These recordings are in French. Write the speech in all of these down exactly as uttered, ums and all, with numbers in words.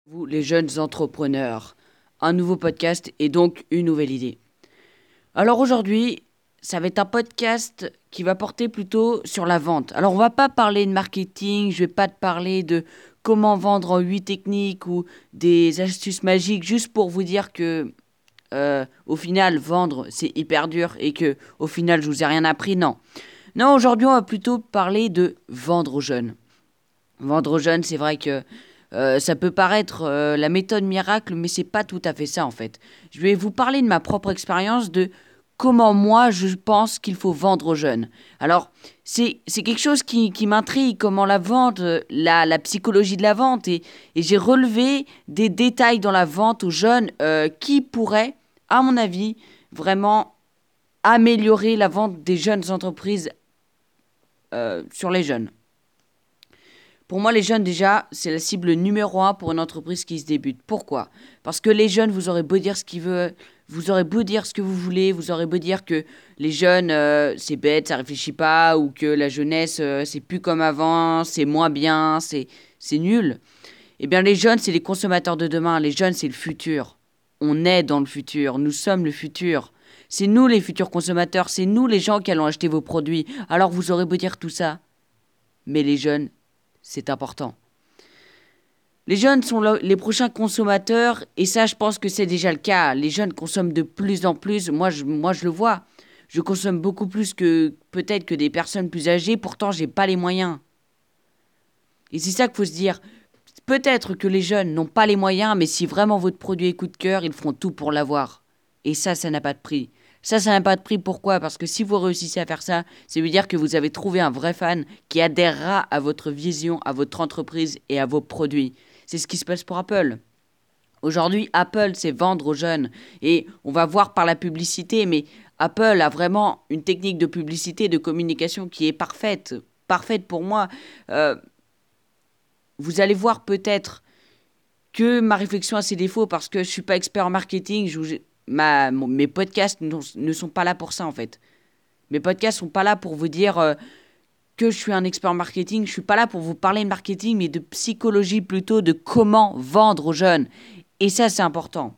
Vous, les jeunes entrepreneurs, un nouveau podcast et donc une nouvelle idée. Alors aujourd'hui, ça va être un podcast qui va porter plutôt sur la vente. Alors on va pas parler de marketing, je vais pas te parler de comment vendre en huit techniques ou des astuces magiques juste pour vous dire que euh, au final vendre c'est hyper dur et que au final je vous ai rien appris. Non. Non, aujourd'hui on va plutôt parler de vendre aux jeunes. Vendre aux jeunes, c'est vrai que euh, ça peut paraître euh, la méthode miracle, mais c'est pas tout à fait ça en fait. Je vais vous parler de ma propre expérience, de comment moi je pense qu'il faut vendre aux jeunes. Alors, c'est, c'est quelque chose qui, qui m'intrigue, comment la vente, euh, la, la psychologie de la vente, et, et j'ai relevé des détails dans la vente aux jeunes euh, qui pourraient, à mon avis, vraiment améliorer la vente des jeunes entreprises euh, sur les jeunes. Pour moi, les jeunes, déjà, c'est la cible numéro un pour une entreprise qui se débute. Pourquoi ? Parce que les jeunes, vous aurez beau dire ce qu'ils veulent, vous aurez beau dire ce que vous voulez, vous aurez beau dire que les jeunes, euh, c'est bête, ça réfléchit pas, ou que la jeunesse, euh, c'est plus comme avant, c'est moins bien, c'est, c'est nul. Eh bien, les jeunes, c'est les consommateurs de demain. Les jeunes, c'est le futur. On est dans le futur. Nous sommes le futur. C'est nous les futurs consommateurs. C'est nous les gens qui allons acheter vos produits. Alors, vous aurez beau dire tout ça. Mais les jeunes, c'est important. Les jeunes sont le- les prochains consommateurs et ça, je pense que c'est déjà le cas. Les jeunes consomment de plus en plus. Moi, je, moi, je le vois. Je consomme beaucoup plus que peut-être que des personnes plus âgées. Pourtant, j'ai pas les moyens. Et c'est ça qu'il faut se dire. Peut-être que les jeunes n'ont pas les moyens, mais si vraiment votre produit est coup de cœur, ils feront tout pour l'avoir. Et ça, ça n'a pas de prix. Ça, ça n'a pas de prix. Pourquoi ? Parce que si vous réussissez à faire ça, ça veut dire que vous avez trouvé un vrai fan qui adhérera à votre vision, à votre entreprise et à vos produits. C'est ce qui se passe pour Apple. Aujourd'hui, Apple, c'est vendre aux jeunes. Et on va voir par la publicité, mais Apple a vraiment une technique de publicité, de communication qui est parfaite. Parfaite pour moi. Euh, vous allez voir peut-être que ma réflexion a ses défauts parce que je suis pas expert en marketing. Je, ma, mon- mes podcasts ne sont pas là pour ça en fait. Mes podcasts sont pas là pour vous dire euh, que je suis un expert en marketing. Je suis pas là pour vous parler de marketing, mais de psychologie plutôt, de comment vendre aux jeunes. Et ça, c'est important.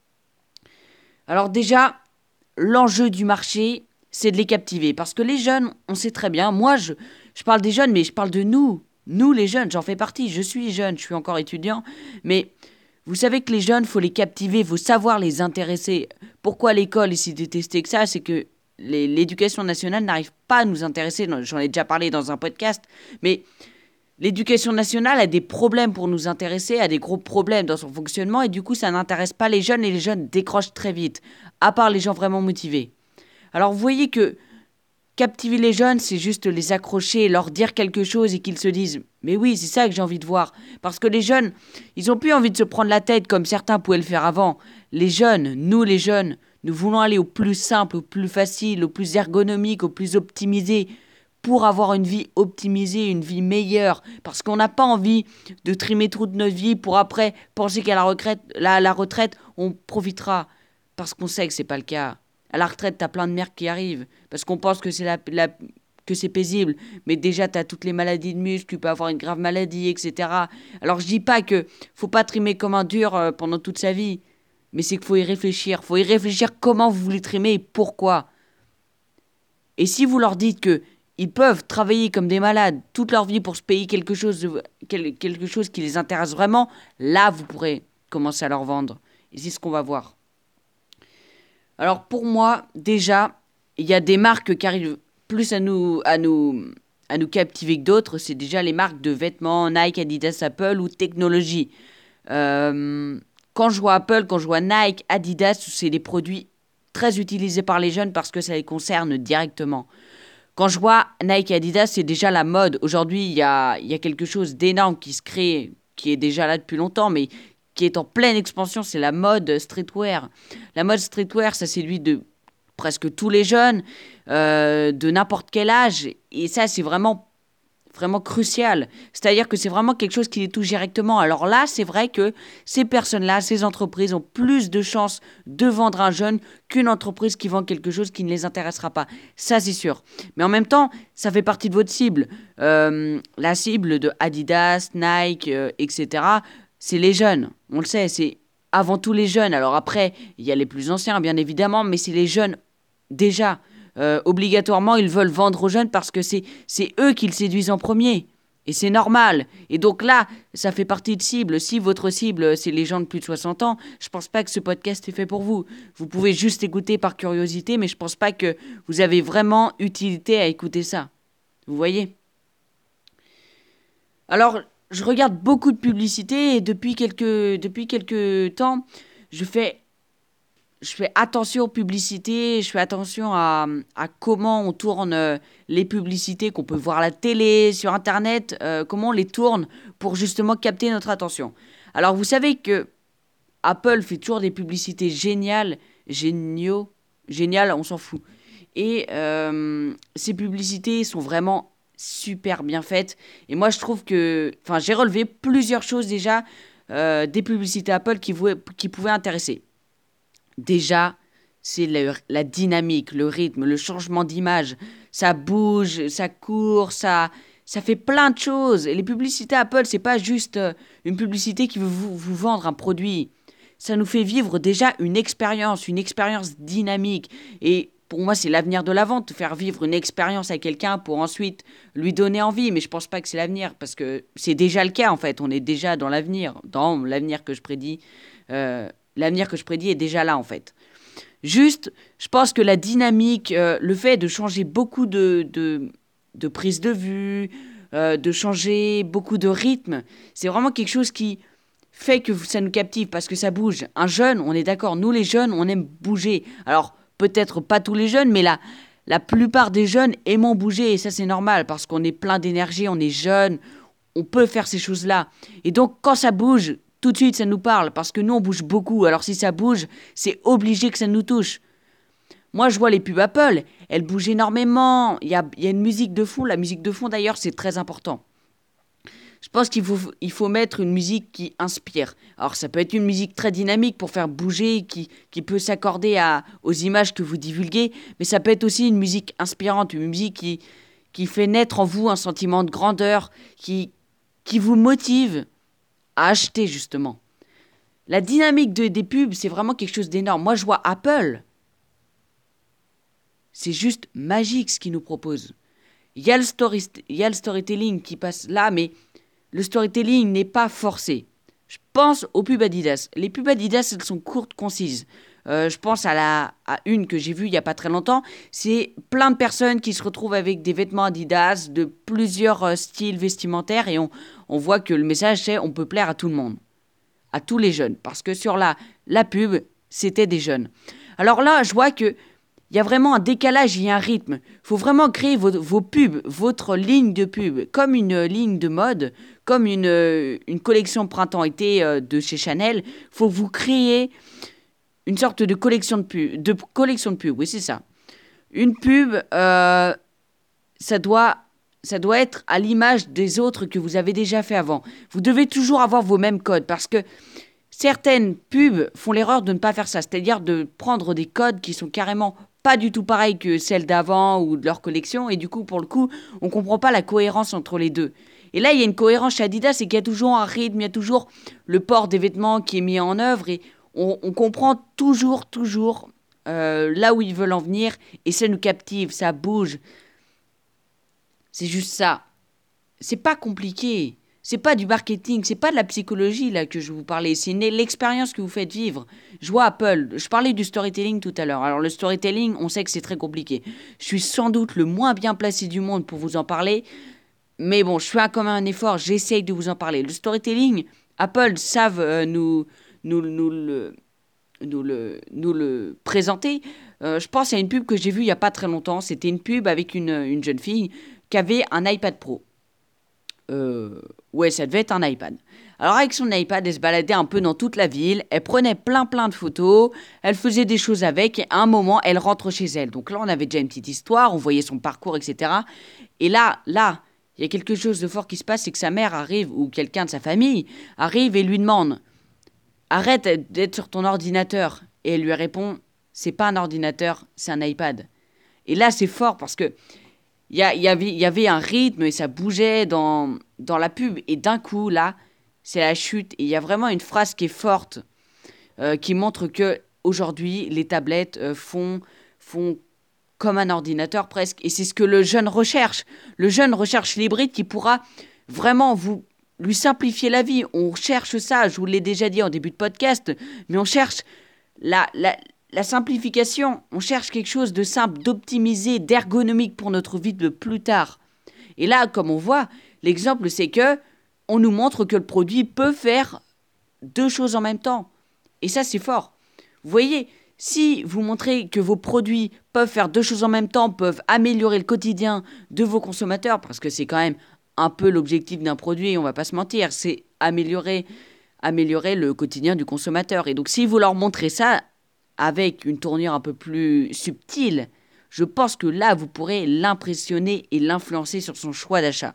Alors déjà, l'enjeu du marché, c'est de les captiver. Parce que les jeunes, on sait très bien, moi, je, je parle des jeunes, mais je parle de nous. Nous, les jeunes, j'en fais partie. Je suis jeune, je suis encore étudiant. Mais vous savez que les jeunes, faut les captiver, faut savoir les intéresser. Pourquoi l'école est si détestée que ça ? C'est que les- l'éducation nationale n'arrive pas à nous intéresser. J'en ai déjà parlé dans un podcast. Mais l'éducation nationale a des problèmes pour nous intéresser, a des gros problèmes dans son fonctionnement. Et du coup, ça n'intéresse pas les jeunes et les jeunes décrochent très vite. À part les gens vraiment motivés. Alors vous voyez que captiver les jeunes, c'est juste les accrocher, leur dire quelque chose et qu'ils se disent mais oui, c'est ça que j'ai envie de voir. Parce que les jeunes, ils ont plus envie de se prendre la tête comme certains pouvaient le faire avant. Les jeunes, nous les jeunes, nous voulons aller au plus simple, au plus facile, au plus ergonomique, au plus optimisé pour avoir une vie optimisée, une vie meilleure. Parce qu'on n'a pas envie de trimer toute notre vie pour après penser qu'à la retraite, la, la retraite, on profitera. Parce qu'on sait que c'est pas le cas. À la retraite, t'as plein de merdes qui arrivent. Parce qu'on pense que c'est la, la- que c'est paisible. Mais déjà, t'as toutes les maladies de muscles, tu peux avoir une grave maladie, et cetera. Alors, je dis pas que faut pas trimer comme un dur euh, pendant toute sa vie. Mais c'est qu'il faut y réfléchir. Faut y réfléchir comment vous voulez trimer et pourquoi. Et si vous leur dites que ils peuvent travailler comme des malades toute leur vie pour se payer quelque chose, de- quel- quelque chose qui les intéresse vraiment, là, vous pourrez commencer à leur vendre. Et c'est ce qu'on va voir. Alors pour moi, déjà, il y a des marques qui arrivent plus à nous, à nous, à nous captiver que d'autres. C'est déjà les marques de vêtements, Nike, Adidas, Apple ou technologie. Euh, quand je vois Apple, quand je vois Nike, Adidas, c'est des produits très utilisés par les jeunes parce que ça les concerne directement. Quand je vois Nike et Adidas, c'est déjà la mode. Aujourd'hui, il y a, il y a quelque chose d'énorme qui se crée, qui est déjà là depuis longtemps, mais qui est en pleine expansion, c'est la mode streetwear. La mode streetwear, ça séduit de presque tous les jeunes, euh, de n'importe quel âge. Et ça, c'est vraiment vraiment crucial. C'est-à-dire que c'est vraiment quelque chose qui les touche directement. Alors là, c'est vrai que ces personnes-là, ces entreprises ont plus de chances de vendre un jeune qu'une entreprise qui vend quelque chose qui ne les intéressera pas. Ça, c'est sûr. Mais en même temps, ça fait partie de votre cible. Euh, la cible de Adidas, Nike, euh, et cetera. c'est les jeunes. On le sait, c'est avant tout les jeunes. Alors après, il y a les plus anciens, bien évidemment, mais c'est les jeunes, déjà. Euh, obligatoirement, ils veulent vendre aux jeunes parce que c'est, c'est eux qui le séduisent en premier. Et c'est normal. Et donc là, ça fait partie de cible. Si votre cible, c'est les gens de plus de soixante ans, je pense pas que ce podcast est fait pour vous. Vous pouvez juste écouter par curiosité, mais je pense pas que vous avez vraiment utilité à écouter ça. Vous voyez ? Alors, je regarde beaucoup de publicités et depuis quelques, depuis quelques temps, je fais, je fais attention aux publicités, je fais attention à, à comment on tourne euh, les publicités qu'on peut voir à la télé, sur Internet, euh, comment on les tourne pour justement capter notre attention. Alors, vous savez que Apple fait toujours des publicités géniales, géniaux, géniales, on s'en fout. Et euh, ces publicités sont vraiment super bien faites. Et moi, je trouve que... Enfin, j'ai relevé plusieurs choses déjà euh, des publicités Apple qui, vouaient- qui pouvaient intéresser. Déjà, c'est le- la dynamique, le rythme, le changement d'image. Ça bouge, ça court, ça, ça fait plein de choses. Et les publicités Apple, c'est pas juste euh, une publicité qui veut vous, vous vendre un produit. Ça nous fait vivre déjà une expérience, une expérience dynamique. Et pour moi, c'est l'avenir de la vente, faire vivre une expérience à quelqu'un pour ensuite lui donner envie. Mais je pense pas que c'est l'avenir, parce que c'est déjà le cas en fait. On est déjà dans l'avenir, dans l'avenir que je prédis. Euh, l'avenir que je prédis est déjà là en fait. Juste, je pense que la dynamique, euh, le fait de changer beaucoup de, de, de prise de vue, euh, de changer beaucoup de rythme, c'est vraiment quelque chose qui fait que ça nous captive parce que ça bouge. Un jeune, on est d'accord, nous les jeunes, on aime bouger. Alors, peut-être pas tous les jeunes, mais la, la plupart des jeunes aiment bouger et ça c'est normal parce qu'on est plein d'énergie, on est jeune, on peut faire ces choses-là. Et donc, quand ça bouge, tout de suite, ça nous parle, parce que nous, on bouge beaucoup. Alors, si ça bouge, c'est obligé que ça nous touche. Moi, je vois les pubs Apple, elles bougent énormément. Il y a, il y a une musique de fond. La musique de fond, d'ailleurs, c'est très important. Je pense qu'il faut, il faut mettre une musique qui inspire. Alors, ça peut être une musique très dynamique pour faire bouger, qui, qui peut s'accorder à, aux images que vous divulguez, mais ça peut être aussi une musique inspirante, une musique qui, qui fait naître en vous un sentiment de grandeur, qui, qui vous motive à acheter, justement. La dynamique de, des pubs, c'est vraiment quelque chose d'énorme. Moi, je vois Apple. C'est juste magique ce qu'ils nous proposent. Il y a le story, il y a le storytelling qui passe là, mais le storytelling n'est pas forcé. Je pense aux pubs Adidas. Les pubs Adidas, elles sont courtes, concises. Euh, je pense à, la, à une que j'ai vue il n'y a pas très longtemps. C'est plein de personnes qui se retrouvent avec des vêtements Adidas de plusieurs euh, styles vestimentaires et on, on voit que le message c'est on peut plaire à tout le monde, à tous les jeunes. Parce que sur la, la pub, c'était des jeunes. Alors là, je vois que il y a vraiment un décalage, il y a un rythme. Il faut vraiment créer vos, vos pubs, votre ligne de pub, comme une ligne de mode, comme une, euh, une collection printemps-été euh, de chez Chanel. Il faut que vous créer une sorte de collection de pub. De collection de pub, oui, c'est ça. Une pub, euh, ça doit, ça doit être à l'image des autres que vous avez déjà fait avant. Vous devez toujours avoir vos mêmes codes parce que certaines pubs font l'erreur de ne pas faire ça, c'est-à-dire de prendre des codes qui sont carrément pas du tout pareils que celles d'avant ou de leur collection, et du coup, pour le coup, on comprend pas la cohérence entre les deux. Et là, il y a une cohérence chez Adidas, c'est qu'il y a toujours un rythme, il y a toujours le port des vêtements qui est mis en œuvre, et on, on comprend toujours, toujours euh, là où ils veulent en venir, et ça nous captive, ça bouge. C'est juste ça. C'est pas compliqué. C'est pas du marketing, c'est pas de la psychologie là que je vous parlais, c'est une- l'expérience que vous faites vivre. Je vois Apple, je parlais du storytelling tout à l'heure. Alors le storytelling, on sait que c'est très compliqué. Je suis sans doute le moins bien placé du monde pour vous en parler, mais bon, je fais quand même un effort, j'essaye de vous en parler. Le storytelling, Apple savent euh, nous, nous, nous le, nous le, nous le présenter. Euh, je pense à une pub que j'ai vue il y a pas très longtemps. C'était une pub avec une, une jeune fille qui avait un iPad Pro. Euh, ouais, ça devait être un iPad. Alors avec son iPad, elle se baladait un peu dans toute la ville, elle prenait plein plein de photos, elle faisait des choses avec, et à un moment, elle rentre chez elle. Donc là, on avait déjà une petite histoire, on voyait son parcours, et cetera. Et là, là, il y a quelque chose de fort qui se passe, c'est que sa mère arrive, ou quelqu'un de sa famille, arrive et lui demande « Arrête d'être sur ton ordinateur ». Et elle lui répond « C'est pas un ordinateur, c'est un iPad ». Et là, c'est fort parce que il y, a- il y avait, il y avait un rythme et ça bougeait dans, dans la pub. Et d'un coup, là, c'est la chute. Et il y a vraiment une phrase qui est forte, euh, qui montre que aujourd'hui, les tablettes euh, font, font comme un ordinateur presque. Et c'est ce que le jeune recherche. Le jeune recherche l'hybride qui pourra vraiment vous lui simplifier la vie. On cherche ça, je vous l'ai déjà dit en début de podcast, mais on cherche la, la, la simplification. On cherche quelque chose de simple, d'optimisé, d'ergonomique pour notre vie de plus tard. Et là, comme on voit, l'exemple, c'est que on nous montre que le produit peut faire deux choses en même temps. Et ça, c'est fort. Vous voyez, si vous montrez que vos produits peuvent faire deux choses en même temps, peuvent améliorer le quotidien de vos consommateurs, parce que c'est quand même un peu l'objectif d'un produit, on va pas se mentir, c'est améliorer, améliorer le quotidien du consommateur. Et donc, si vous leur montrez ça avec une tournure un peu plus subtile, je pense que là, vous pourrez l'impressionner et l'influencer sur son choix d'achat.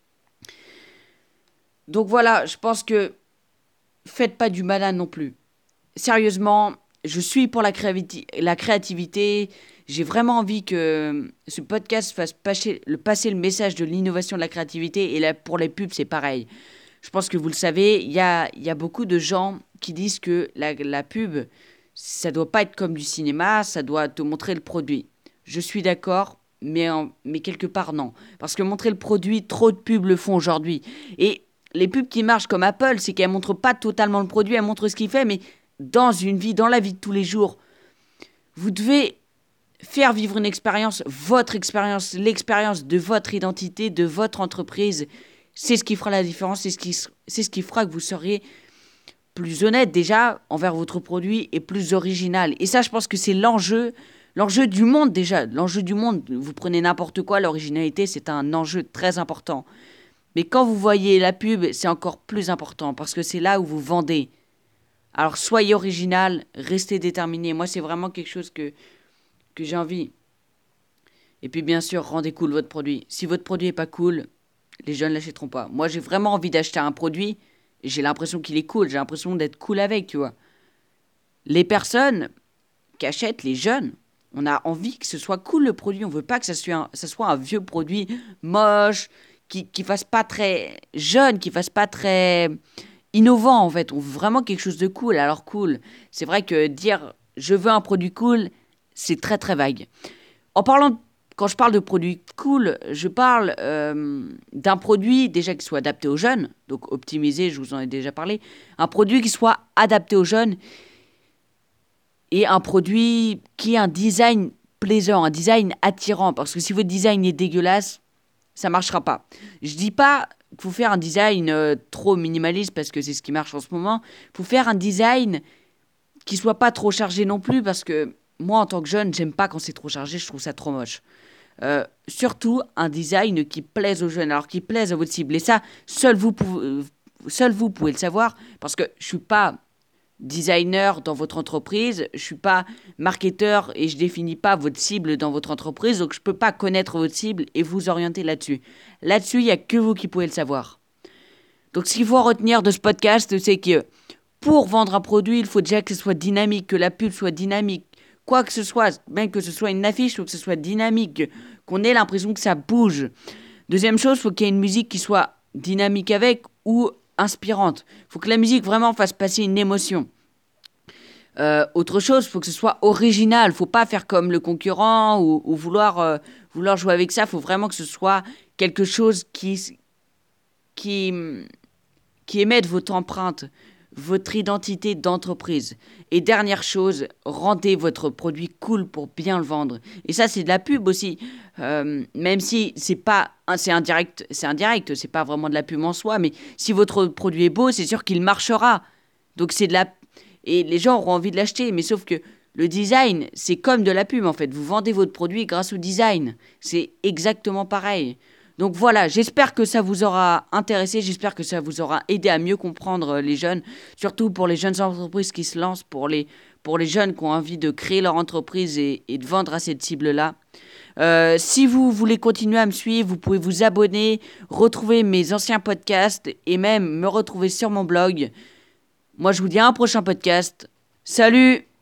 Donc voilà, je pense que faites pas du malin non plus. Sérieusement, je suis pour la, créativité, la créativité. J'ai vraiment envie que ce podcast fasse passer le, passer le message de l'innovation de la créativité. Et là, pour les pubs, c'est pareil. Je pense que vous le savez, il y a, y a beaucoup de gens qui disent que la, la pub, ça doit pas être comme du cinéma, ça doit te montrer le produit. Je suis d'accord, mais, en, mais quelque part non. Parce que montrer le produit, trop de pubs le font aujourd'hui. Et les pubs qui marchent comme Apple, c'est qu'elles ne montrent pas totalement le produit, elles montrent ce qu'il fait, mais dans une vie, dans la vie de tous les jours, vous devez faire vivre une expérience, votre expérience, l'expérience de votre identité, de votre entreprise. C'est ce qui fera la différence, c'est ce qui, c'est ce qui fera que vous serez plus honnête déjà envers votre produit et plus original. Et ça, je pense que c'est l'enjeu, l'enjeu du monde déjà. L'enjeu du monde, vous prenez n'importe quoi, l'originalité, c'est un enjeu très important. Mais quand vous voyez la pub, c'est encore plus important parce que c'est là où vous vendez. Alors soyez original, restez déterminé. Moi, c'est vraiment quelque chose que, que j'ai envie. Et puis bien sûr, rendez cool votre produit. Si votre produit n'est pas cool, les jeunes ne l'achèteront pas. Moi, j'ai vraiment envie d'acheter un produit et j'ai l'impression qu'il est cool. J'ai l'impression d'être cool avec, tu vois. Les personnes qui achètent, les jeunes, on a envie que ce soit cool le produit. On ne veut pas que ça soit un, ça soit un vieux produit moche, qui qui fasse pas très jeune, qui fasse pas très innovant en fait. On veut vraiment quelque chose de cool. Alors cool, c'est vrai que dire je veux un produit cool, c'est très très vague. En parlant, quand je parle de produit cool, je parle euh, d'un produit déjà qui soit adapté aux jeunes, donc optimisé, je vous en ai déjà parlé, un produit qui soit adapté aux jeunes et un produit qui ait un design plaisant, un design attirant, parce que si votre design est dégueulasse, ça marchera pas. Je dis pas qu'il faut faire un design euh, trop minimaliste parce que c'est ce qui marche en ce moment. Il faut faire un design qui soit pas trop chargé non plus parce que moi en tant que jeune, j'aime pas quand c'est trop chargé, je trouve ça trop moche. Euh, surtout un design qui plaise aux jeunes, alors qui plaise à votre cible. Et ça, seul vous, pouvez, seul vous pouvez le savoir parce que je suis pas designer dans votre entreprise, je suis pas marketeur et je définis pas votre cible dans votre entreprise, donc je peux pas connaître votre cible et vous orienter là-dessus. Là-dessus, il y a que vous qui pouvez le savoir. Donc ce qu'il faut retenir de ce podcast, c'est que pour vendre un produit, il faut déjà que ce soit dynamique, que la pub soit dynamique, quoi que ce soit, même que ce soit une affiche, il faut que ce soit dynamique, qu'on ait l'impression que ça bouge. Deuxième chose, il faut qu'il y ait une musique qui soit dynamique avec ou inspirante. Il faut que la musique vraiment fasse passer une émotion. Euh, autre chose, il faut que ce soit original. Il ne faut pas faire comme le concurrent ou, ou vouloir, euh, vouloir jouer avec ça. Il faut vraiment que ce soit quelque chose qui, qui, qui émette votre empreinte, votre identité d'entreprise. Et dernière chose, rendez votre produit cool pour bien le vendre. Et ça, c'est de la pub aussi. Euh, même si c'est pas, c'est indirect, c'est indirect, c'est pas vraiment de la pub en soi, mais si votre produit est beau, c'est sûr qu'il marchera. Donc c'est de la, et les gens auront envie de l'acheter. Mais sauf que le design, c'est comme de la pub en fait. Vous vendez votre produit grâce au design. C'est exactement pareil. Donc voilà, j'espère que ça vous aura intéressé, j'espère que ça vous aura aidé à mieux comprendre les jeunes, surtout pour les jeunes entreprises qui se lancent, pour les, pour les jeunes qui ont envie de créer leur entreprise et, et de vendre à cette cible-là. Euh, si vous voulez continuer à me suivre, vous pouvez vous abonner, retrouver mes anciens podcasts et même me retrouver sur mon blog. Moi, je vous dis à un prochain podcast. Salut!